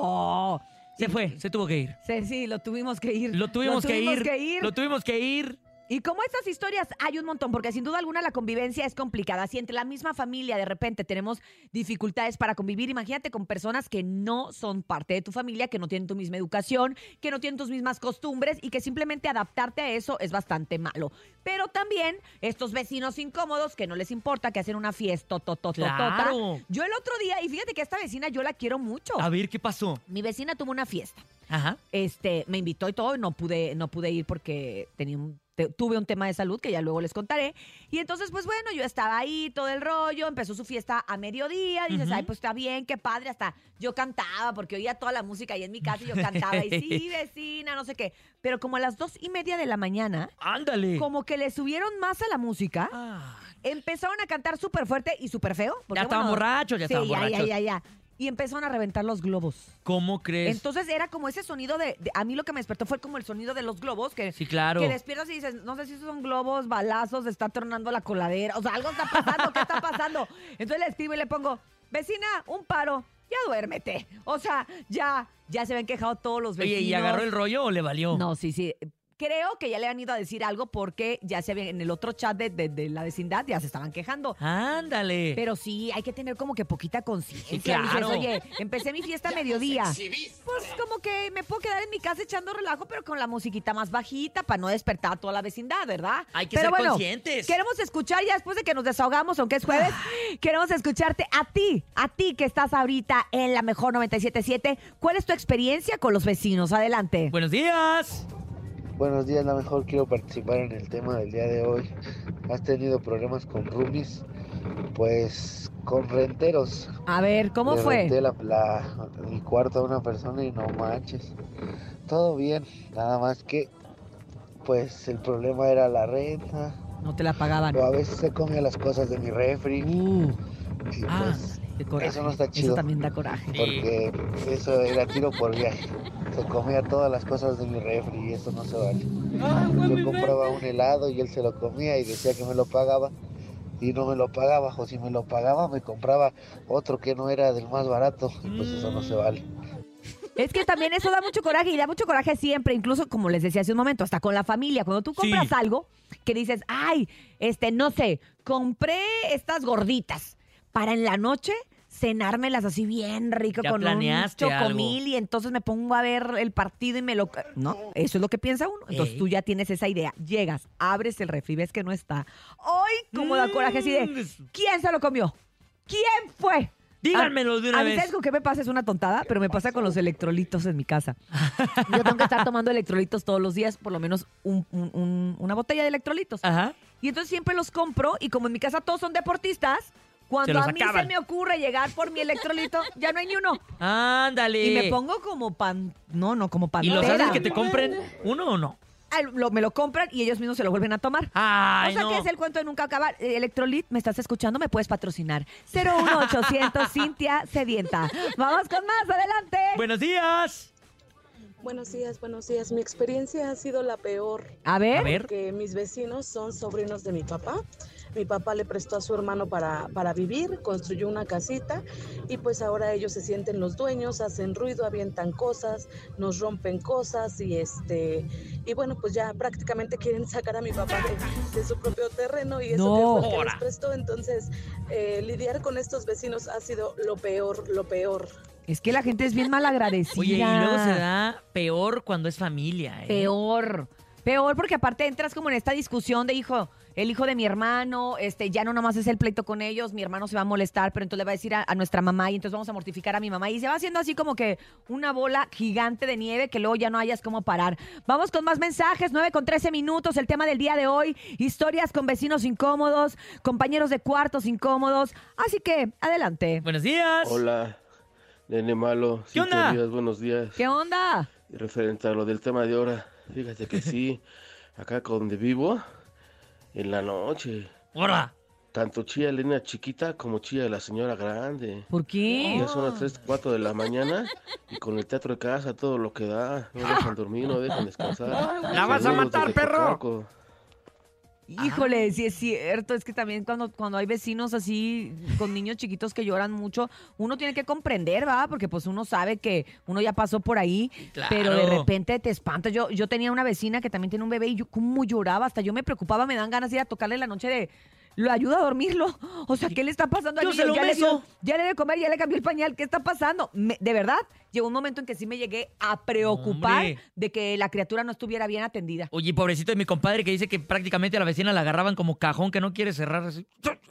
No. Se fue, se tuvo que ir. Sí, sí, lo tuvimos que ir. Lo tuvimos, que, ir, que ir. Lo tuvimos que ir. Y como estas historias hay un montón, porque sin duda alguna la convivencia es complicada. Si entre la misma familia de repente tenemos dificultades para convivir, imagínate con personas que no son parte de tu familia, que no tienen tu misma educación, que no tienen tus mismas costumbres y que simplemente adaptarte a eso es bastante malo. Pero también estos vecinos incómodos que no les importa, que hacen una fiesta totototota. Claro. Yo el otro día, y fíjate que esta vecina yo la quiero mucho. A ver, ¿qué pasó? Mi vecina tuvo una fiesta. Ajá. Este, me invitó y todo, y no pude, no pude ir porque tenía un, te- tuve un tema de salud que ya luego les contaré. Y entonces, pues bueno, yo estaba ahí, todo el rollo, empezó su fiesta a mediodía, dices, Ujú. ay, pues está bien, qué padre, hasta yo cantaba, porque oía toda la música ahí en mi casa y yo cantaba, y sí, vecina, no sé qué. Pero como a las dos y media de la mañana, Ándale. como que le subieron más a la música, Ah. empezaron a cantar súper fuerte y súper feo. porque, Ya estaban bueno, borrachos, ya sí, estaban ya, borrachos. ya, ya, ya. Y empezaron a reventar los globos. ¿Cómo crees? Entonces era como ese sonido de, de- A mí lo que me despertó fue como el sonido de los globos. Que, Sí, claro. que despiertas y dices, no sé si esos son globos, balazos, está tronando la coladera. O sea, algo está pasando, ¿qué está pasando? Entonces le escribo y le pongo, vecina, un paro, ya duérmete. O sea, ya, ya se habían quejado todos los vecinos. Oye, ¿y agarró el rollo o le valió? No, sí, sí. Creo que ya le han ido a decir algo porque ya se habían, en el otro chat de, de- de la vecindad ya se estaban quejando. Ándale. Pero sí, hay que tener como que poquita conciencia. Sí, claro. Dices, oye, empecé mi fiesta a mediodía. Pues como que me puedo quedar en mi casa echando relajo, pero con la musiquita más bajita para no despertar a toda la vecindad, ¿verdad? Hay que pero ser bueno, conscientes. Queremos escuchar ya después de que nos desahogamos, aunque es jueves, queremos escucharte a ti, a ti que estás ahorita en la mejor noventa y siete punto siete. ¿Cuál es tu experiencia con los vecinos? Adelante. Buenos días. Buenos días, la mejor quiero participar en el tema del día de hoy. ¿Has tenido problemas con roomies? Pues con renteros. A ver, ¿cómo Le fue? renté la, la- mi cuarto a una persona y no manches. Todo bien, nada más que pues el problema era la renta. No te la pagaban. O a veces se comía las cosas de mi refri. Uh, y ah, pues qué coraje. eso no está chido. Eso también da coraje. Porque eso era tiro por viaje. Se comía todas las cosas de mi refri y eso no se vale. Yo compraba un helado y él se lo comía y decía que me lo pagaba y no me lo pagaba. O si me lo pagaba me compraba otro que no era del más barato y pues eso no se vale. Es que también eso da mucho coraje y da mucho coraje siempre, incluso como les decía hace un momento, hasta con la familia. Cuando tú compras Sí. algo que dices, ay, este, no sé, compré estas gorditas para en la noche cenármelas así bien rico Ya con un planeaste chocomil y entonces me pongo a ver el partido y me lo... No, eso es lo que piensa uno. Entonces Ey. tú ya tienes esa idea. Llegas, abres el refri, ves que no está. ¡Ay, cómo da coraje así de... Mm. ¿Quién se lo comió? ¿Quién fue? Díganmelo de una a mí, vez. ¿sabes con qué me pasa? Es una tontada, pero me pasa con los electrolitos en mi casa. Yo tengo que estar tomando electrolitos todos los días, por lo menos un- un- un- una botella de electrolitos. Ajá. Y entonces siempre los compro y como en mi casa todos son deportistas, Se cuando los a mí acaban. se me ocurre llegar por mi electrolito, ya no hay ni uno. Ándale. Y me pongo como pan... No, no, como ¿Y pantera. los haces que te compren uno o no? Ah, lo- me lo compran y ellos mismos se lo vuelven a tomar. Ay, o sea no. que es el cuento de nunca acabar. Eh, Electrolit, ¿me estás escuchando? ¿Me puedes patrocinar? cero uno ochocientos Cintia Sedienta. Vamos con más, adelante. Buenos días. Buenos días, buenos días. Mi experiencia ha sido la peor. A ver. A ver. Porque mis vecinos son sobrinos de mi papá. Mi papá le prestó a su hermano para, para vivir, construyó una casita y pues ahora ellos se sienten los dueños, hacen ruido, avientan cosas, nos rompen cosas y este y bueno, pues ya prácticamente quieren sacar a mi papá de, de su propio terreno y eso No. que fue el que Ahora. les prestó. Entonces, eh, lidiar con estos vecinos ha sido lo peor, lo peor. Es que la gente es bien malagradecida. Oye, y luego se da peor cuando es familia, ¿eh? Peor. Peor porque aparte entras como en esta discusión de hijo, el hijo de mi hermano, este, ya no nomás es el pleito con ellos, mi hermano se va a molestar, pero entonces le va a decir a, a nuestra mamá y entonces vamos a mortificar a mi mamá y se va haciendo así como que una bola gigante de nieve que luego ya no hayas cómo parar. Vamos con más mensajes, nueve con trece minutos, el tema del día de hoy, historias con vecinos incómodos, compañeros de cuartos incómodos, así que adelante. Buenos días. Hola, nene malo. ¿Qué onda? Cintia Díaz, buenos días. ¿Qué onda? Y referente a lo del tema de ahora, fíjate que sí, acá donde vivo, en la noche, ¡Hora! tanto chilla la niña chiquita como chilla la señora grande. ¿Por qué? Ya son las tres, cuatro de la mañana y con el teatro de casa todo lo que da, no dejan dormir, no dejan descansar. ¡La vas a Saludos matar, desde perro! Coacalco. Híjole, sí es cierto, es que también cuando, cuando hay vecinos así con niños chiquitos que lloran mucho, uno tiene que comprender, ¿va? Porque pues uno sabe que uno ya pasó por ahí, Claro. pero de repente te espanta. Yo, yo tenía una vecina que también tiene un bebé y yo cómo lloraba, hasta yo me preocupaba, me dan ganas de ir a tocarle en la noche de... Lo ayuda a dormirlo. O sea, ¿qué le está pasando al Yo niño? se lo ya, le beso. dio, ya le dio de comer, ya le cambió el pañal. ¿Qué está pasando? Me- de verdad, llegó un momento en que sí me llegué a preocupar Hombre. de que la criatura no estuviera bien atendida. Oye, pobrecito de mi compadre que dice que prácticamente a la vecina la agarraban como cajón que no quiere cerrar así.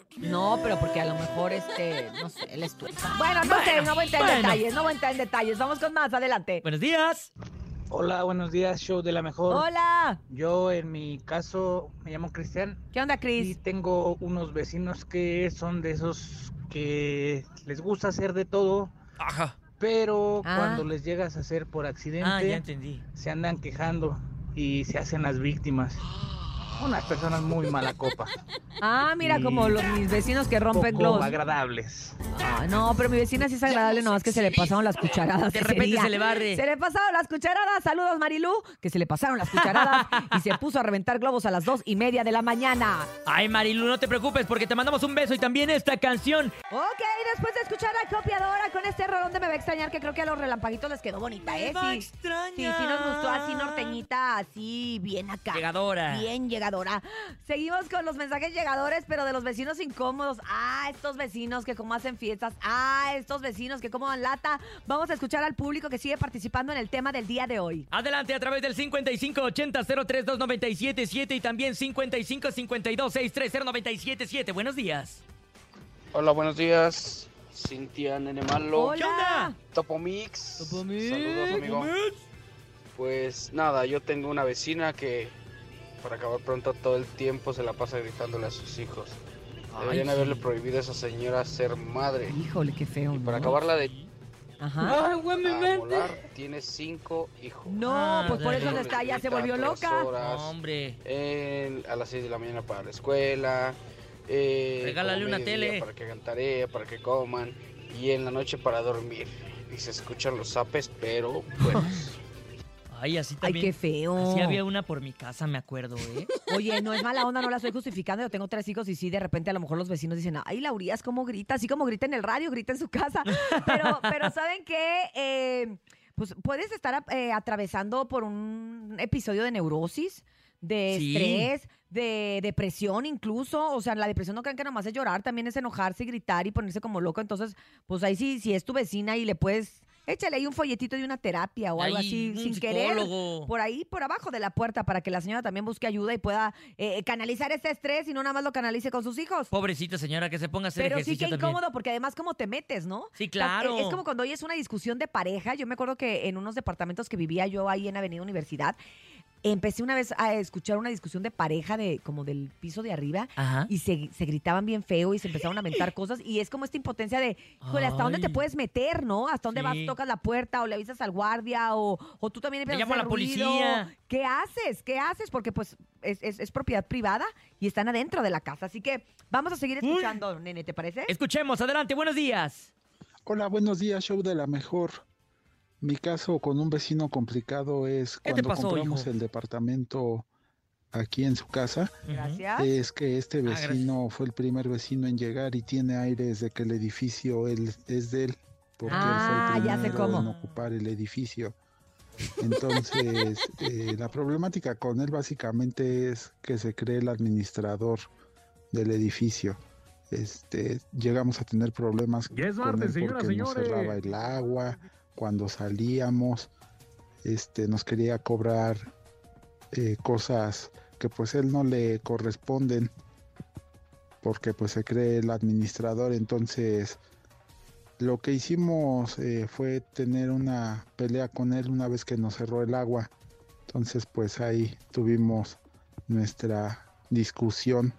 No, pero porque a lo mejor, este, no sé, él estuvo. Bueno, no sé, no voy a entrar en bueno. detalles, no voy a entrar en detalles. Vamos con más, adelante. Buenos días. Hola, buenos días, show de la mejor. Hola. Yo en mi caso me llamo Cristian. ¿Qué onda, Y Cris? tengo unos vecinos que son de esos que les gusta hacer de todo, Ajá. pero Ah. cuando les llegas a hacer por accidente, Ah, ya entendí. se andan quejando y se hacen las víctimas. Unas personas muy mala copa. Ah, mira, Y como los mis vecinos que rompen poco globos. agradables. Ah, no, pero mi vecina sí es agradable, nomás que se le pasaron las cucharadas. De ese repente día. se le barre. Se le pasaron las cucharadas. Saludos, Marilú, que se le pasaron las cucharadas y se puso a reventar globos a las dos y media de la mañana. Ay, Marilu, no te preocupes porque te mandamos un beso y también esta canción. Ok, después de escuchar a Copiadora con este rolón de Me Va a Extrañar, que creo que a los relampaguitos les quedó bonita, ¿eh? va a Sí, extrañar. sí, sí nos gustó así norteñita, así bien acá. Llegadora. Bien llegadora. Seguimos con los mensajes llegadores, pero de los vecinos incómodos. Ah, estos vecinos que como hacen fiestas. Ah, estos vecinos que como dan lata. Vamos a escuchar al público que sigue participando en el tema del día de hoy. Adelante a través del cincuenta y cinco ochenta cero tres dos nueve siete siete y también cincuenta y cinco cincuenta y dos sesenta y tres cero nueve siete siete. Buenos días. Hola, buenos días. Cintia, nene malo. Hola. ¿Qué onda? Topo Mix. Topo Mix. Saludos, amigo. Topo Mix. Pues nada, yo tengo una vecina que, para acabar pronto, todo el tiempo se la pasa gritándole a sus hijos. Deberían Ay, haberle sí. prohibido a esa señora ser madre. Híjole, qué feo, Y para ¿no? acabarla de Ajá. molar, tiene cinco hijos. No, pues por eso Los se está, ya se grita volvió a todas loca. horas, Hombre. en- a las seis de la mañana para la escuela. Eh, Regálale como una mediodía tele. para que hagan tarea, para que coman. Y en la noche para dormir. Y se escuchan los zapes, pero buenos. Ay, así Ay, también. qué feo. Así había una por mi casa, me acuerdo, ¿eh? Oye, no es mala onda, no la estoy justificando. Yo tengo tres hijos y sí, de repente a lo mejor los vecinos dicen, ay, Laurías, ¿cómo grita? Así como grita en el radio, grita en su casa. Pero, pero ¿saben qué? Eh, pues puedes estar eh, atravesando por un episodio de neurosis, de Sí. estrés, de depresión incluso. O sea, la depresión no crean que nomás es llorar, también es enojarse y gritar y ponerse como loco. Entonces, pues ahí sí, si es tu vecina y le puedes échale ahí un folletito de una terapia o algo Ay, así, un sin psicólogo. querer, por ahí, por abajo de la puerta, para que la señora también busque ayuda y pueda eh, canalizar ese estrés y no nada más lo canalice con sus hijos. Pobrecita señora, que se ponga a hacer Pero sí ejercicio que también. incómodo, porque además cómo te metes, ¿no? Sí, claro. O sea, es como cuando oyes una discusión de pareja. Yo me acuerdo que en unos departamentos que vivía yo ahí en Avenida Universidad, empecé una vez a escuchar una discusión de pareja de como del piso de arriba. Ajá. Y se, se gritaban bien feo y se empezaron a aventar cosas. Y es como esta impotencia de, híjole, ¿hasta dónde te Ay. puedes meter, no? ¿Hasta dónde Sí. vas, tocas la puerta o le avisas al guardia o, o tú también Le empiezas llamo a a hacer la ruido? policía. ¿Qué haces? ¿Qué haces? Porque pues es, es- es propiedad privada y están adentro de la casa. Así que vamos a seguir escuchando, nene, ¿te parece? Escuchemos, adelante, buenos días. Hola, buenos días, show de la mejor. Mi caso con un vecino complicado es ¿Qué te cuando pasó, compramos hijo? el departamento aquí en su casa. Gracias. Es que este Ah, gracias. vecino fue el primer vecino en llegar y tiene aires de que el edificio él, es de él, porque Ah, él fue ya el sé primero cómo. en ocupar el edificio. Entonces, eh, la problemática con él básicamente es que se cree el administrador del edificio. Este, llegamos a tener problemas Ya es con martes, él señoras, porque nos señores. cerraba el agua cuando salíamos, este, nos quería cobrar eh, cosas que pues él no le corresponden porque pues se cree el administrador. Entonces lo que hicimos eh, fue tener una pelea con él una vez que nos cerró el agua. Entonces pues ahí tuvimos nuestra discusión.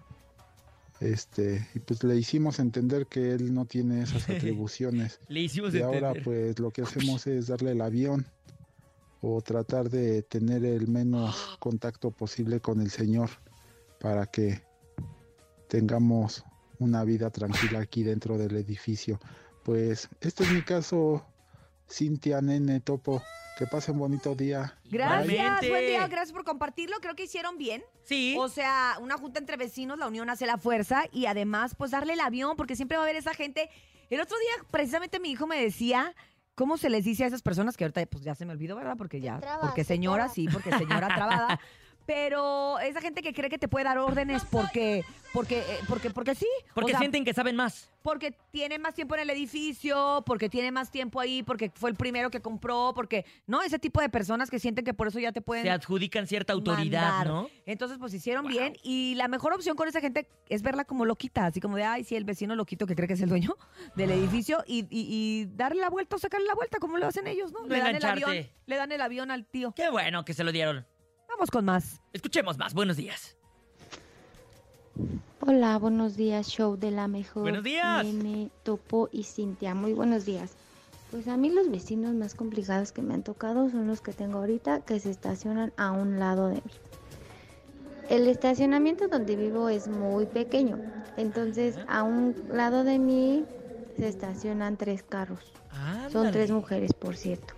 Este, y pues le hicimos entender que él no tiene esas atribuciones. Le hicimos Y ahora entender. pues lo que hacemos es darle el avión o tratar de tener el menos contacto posible con el señor para que tengamos una vida tranquila aquí dentro del edificio. Pues este es mi caso, Cintia, Nene, Topo. Que pasen bonito día. Gracias, Bye. buen día, gracias por compartirlo. Creo que hicieron bien. Sí. O sea, una junta entre vecinos, la unión hace la fuerza y además, pues darle el avión, porque siempre va a haber esa gente. El otro día, precisamente, mi hijo me decía cómo se les dice a esas personas que ahorita, pues ya se me olvidó, ¿verdad? Porque ya, traba, porque se señora, traba. sí, porque señora trabada. Pero esa gente que cree que te puede dar órdenes porque, porque, eh, porque, porque sí. Porque O sea, sienten que saben más. porque tiene más tiempo en el edificio, porque tiene más tiempo ahí, porque fue el primero que compró, porque, ¿no? Ese tipo de personas que sienten que por eso ya te pueden Se adjudican cierta autoridad, mandar. ¿no? Entonces, pues hicieron bien. Y la mejor opción con esa gente es verla como loquita, así como de, ay, sí, el vecino loquito que cree que es el dueño del edificio, y, y- y darle la vuelta o sacarle la vuelta, como lo hacen ellos, ¿no? No Le dan el engancharte. avión, le dan el avión al tío. Qué bueno que se lo dieron. Vamos con más. Escuchemos más, buenos días. Hola, buenos días, show de la mejor. Buenos días. Nene, Topo y Cintia, muy buenos días. Pues a mí los vecinos más complicados que me han tocado son los que tengo ahorita, que se estacionan a un lado de mí. El estacionamiento donde vivo es muy pequeño, entonces a un lado de mí se estacionan tres carros. Son Ándale. tres mujeres, por cierto.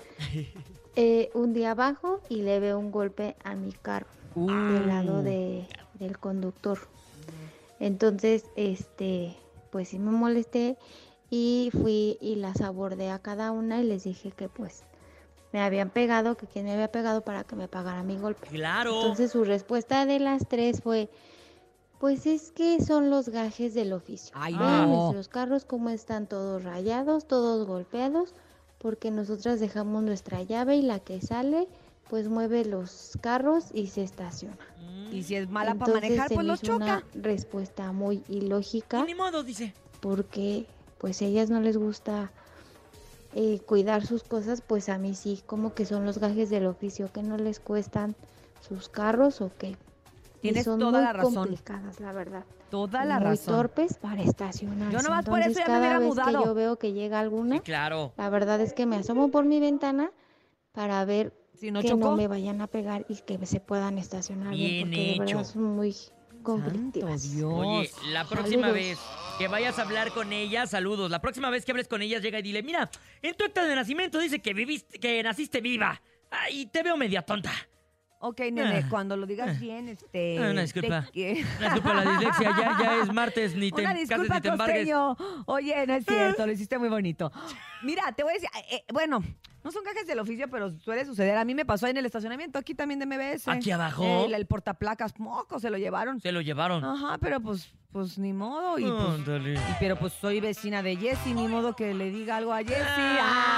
Eh, un día bajo y le veo un golpe a mi carro del lado de, del conductor. Entonces, este, pues sí me molesté y fui y las abordé a cada una y les dije que pues me habían pegado, que quien me había pegado para que me pagara mi golpe. Claro. Entonces su respuesta de las tres fue, pues es que son los gajes del oficio. Ay, Vean no. nuestros carros cómo están todos rayados, todos golpeados, porque nosotras dejamos nuestra llave y la que sale pues mueve los carros y se estaciona. Y si es mala para Entonces, manejar, se pues me lo hizo choca. una respuesta muy ilógica. Ni modo, dice. Porque pues a ellas no les gusta eh, cuidar sus cosas, pues a mí sí, como que son los gajes del oficio, que no les cuestan sus carros o qué. Y Tienes son toda muy la razón. complicadas, la verdad. Toda la muy razón. torpes para estacionarse. Yo nomás por eso Entonces, ya me hubiera cada vez mudado. que yo veo que llega alguna, Claro. la verdad es que me asomo por mi ventana para ver Si no que chocó. no me vayan a pegar y que se puedan estacionar bien, Bien porque de verdad hecho. son muy conflictivas. Oye, la próxima Saludos. vez que vayas a hablar con ella, saludos. La próxima vez que hables con ellas, llega y dile, mira, en tu acta de nacimiento dice que viviste, que naciste viva. Ay, te veo media tonta. Ok, nene, Ah. cuando lo digas bien, este... Ah, una disculpa. te- que- Una disculpa, la dislexia ya, ya es martes, ni te Una cases disculpa, ni te embargues. costeño. Oye, no es cierto, lo hiciste muy bonito. Mira, te voy a decir, eh, eh, bueno, no son gajes del oficio, pero suele suceder. A mí me pasó ahí en el estacionamiento, aquí también de M B S. ¿Aquí abajo? El, el portaplacas, moco, se lo llevaron. Se lo llevaron. Ajá, pero pues, pues ni modo. Y, pues, Ándale. y- pero pues soy vecina de Jessie, ni modo que le diga algo a Jessie. ¡Ah!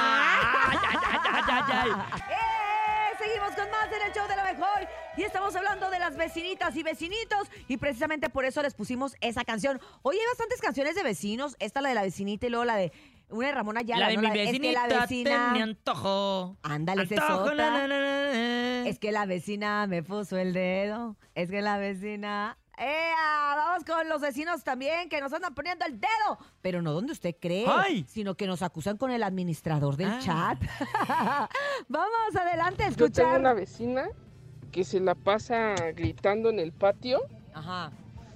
¡Ay, ay, ay, ay, ay, ay! ¡Eh! Seguimos con más en el show de la mejor. Y estamos hablando de las vecinitas y vecinitos. Y precisamente por eso les pusimos esa canción. Hoy hay bastantes canciones de vecinos. Esta la de la vecinita y luego la de una de Ramón Ayala. La de ¿no? mi La- vecinita, es que la vecina... te me antojo. Ándale, esa es Antojo, otra. na, na, na, na. Es que la vecina me puso el dedo. Es que la vecina... ¡Ea! Vamos con los vecinos también que nos andan poniendo el dedo. Pero no donde usted cree, ¡Ay! sino que nos acusan con el administrador del Ah. chat. Vamos adelante a Yo tengo escuchar. una vecina que se la pasa gritando en el patio Ajá.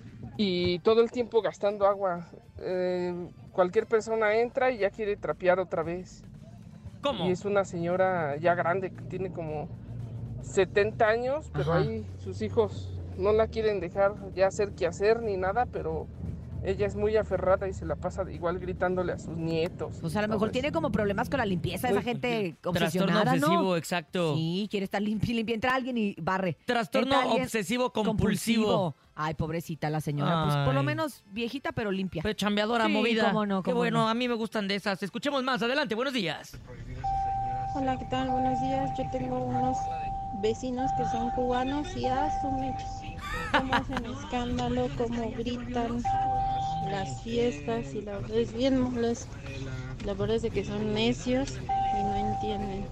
y todo el tiempo gastando agua. Eh, cualquier persona entra y ya quiere trapear otra vez. ¿Cómo? Y es una señora ya grande que tiene como setenta años, pero Ajá. ahí sus hijos no la quieren dejar ya hacer qué hacer ni nada, pero ella es muy aferrada y se la pasa igual gritándole a sus nietos. Pues a lo mejor tiene como problemas con la limpieza, esa Uy, gente Trastorno obsesionada, obsesivo, ¿no? exacto. Sí, quiere estar limpia, limpia. Entra alguien y barre. Trastorno Entra alguien obsesivo compulsivo. Ay, pobrecita la señora. Pues por lo Ay. menos viejita, pero limpia. Pues chambeadora, Sí, movida. cómo no, Qué cómo bueno, no. a mí me gustan de esas. Escuchemos más. Adelante, buenos días. Hola, ¿qué tal? Buenos días. Yo tengo unos vecinos que son cubanos y a su mecha. Cómo hacen escándalo, cómo gritan las fiestas y la verdad es bien molesto. La verdad es de que son necios y no entienden.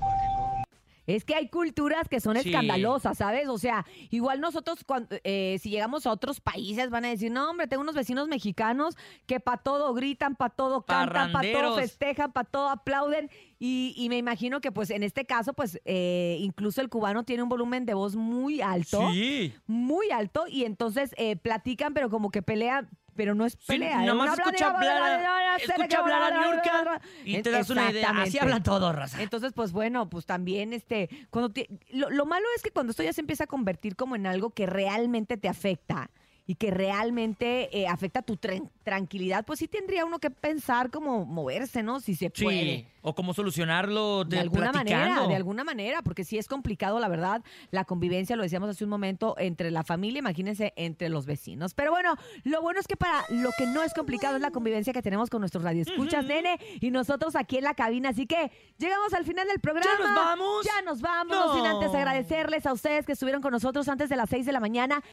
Es que hay culturas que son Sí. escandalosas, ¿sabes? O sea, igual nosotros, cuando, eh, si llegamos a otros países, van a decir, no, hombre, tengo unos vecinos mexicanos que para todo gritan, para todo cantan, para todo Parranderos. festejan, para todo aplauden. Y, y me imagino que, pues, en este caso, pues, eh, incluso el cubano tiene un volumen de voz muy alto. Sí. Muy alto. Y entonces eh, platican, pero como que pelean. Pero no es Sí, pelea. ¿eh? nomás Una escucha bla- hablar a- se le escucha hablar a Niurka y te das una idea. Así Exactamente. hablan todos, raza. Entonces, pues bueno, pues también este, cuando te- lo, lo malo es que cuando esto ya se empieza a convertir como en algo que realmente te afecta y que realmente eh, afecta tu tren- tranquilidad, pues sí tendría uno que pensar cómo moverse, ¿no? Si se puede. Sí. O cómo solucionarlo de, De alguna platicando. manera, de alguna manera, porque sí es complicado, la verdad, la convivencia, lo decíamos hace un momento, entre la familia, imagínense, entre los vecinos. Pero bueno, lo bueno es que para lo que no es complicado es la convivencia que tenemos con nuestros radioescuchas, nene, y nosotros aquí en la cabina. Así que llegamos al final del programa. ¿Ya nos vamos? Ya nos vamos, No. sin antes agradecerles a ustedes que estuvieron con nosotros antes de las seis de la mañana.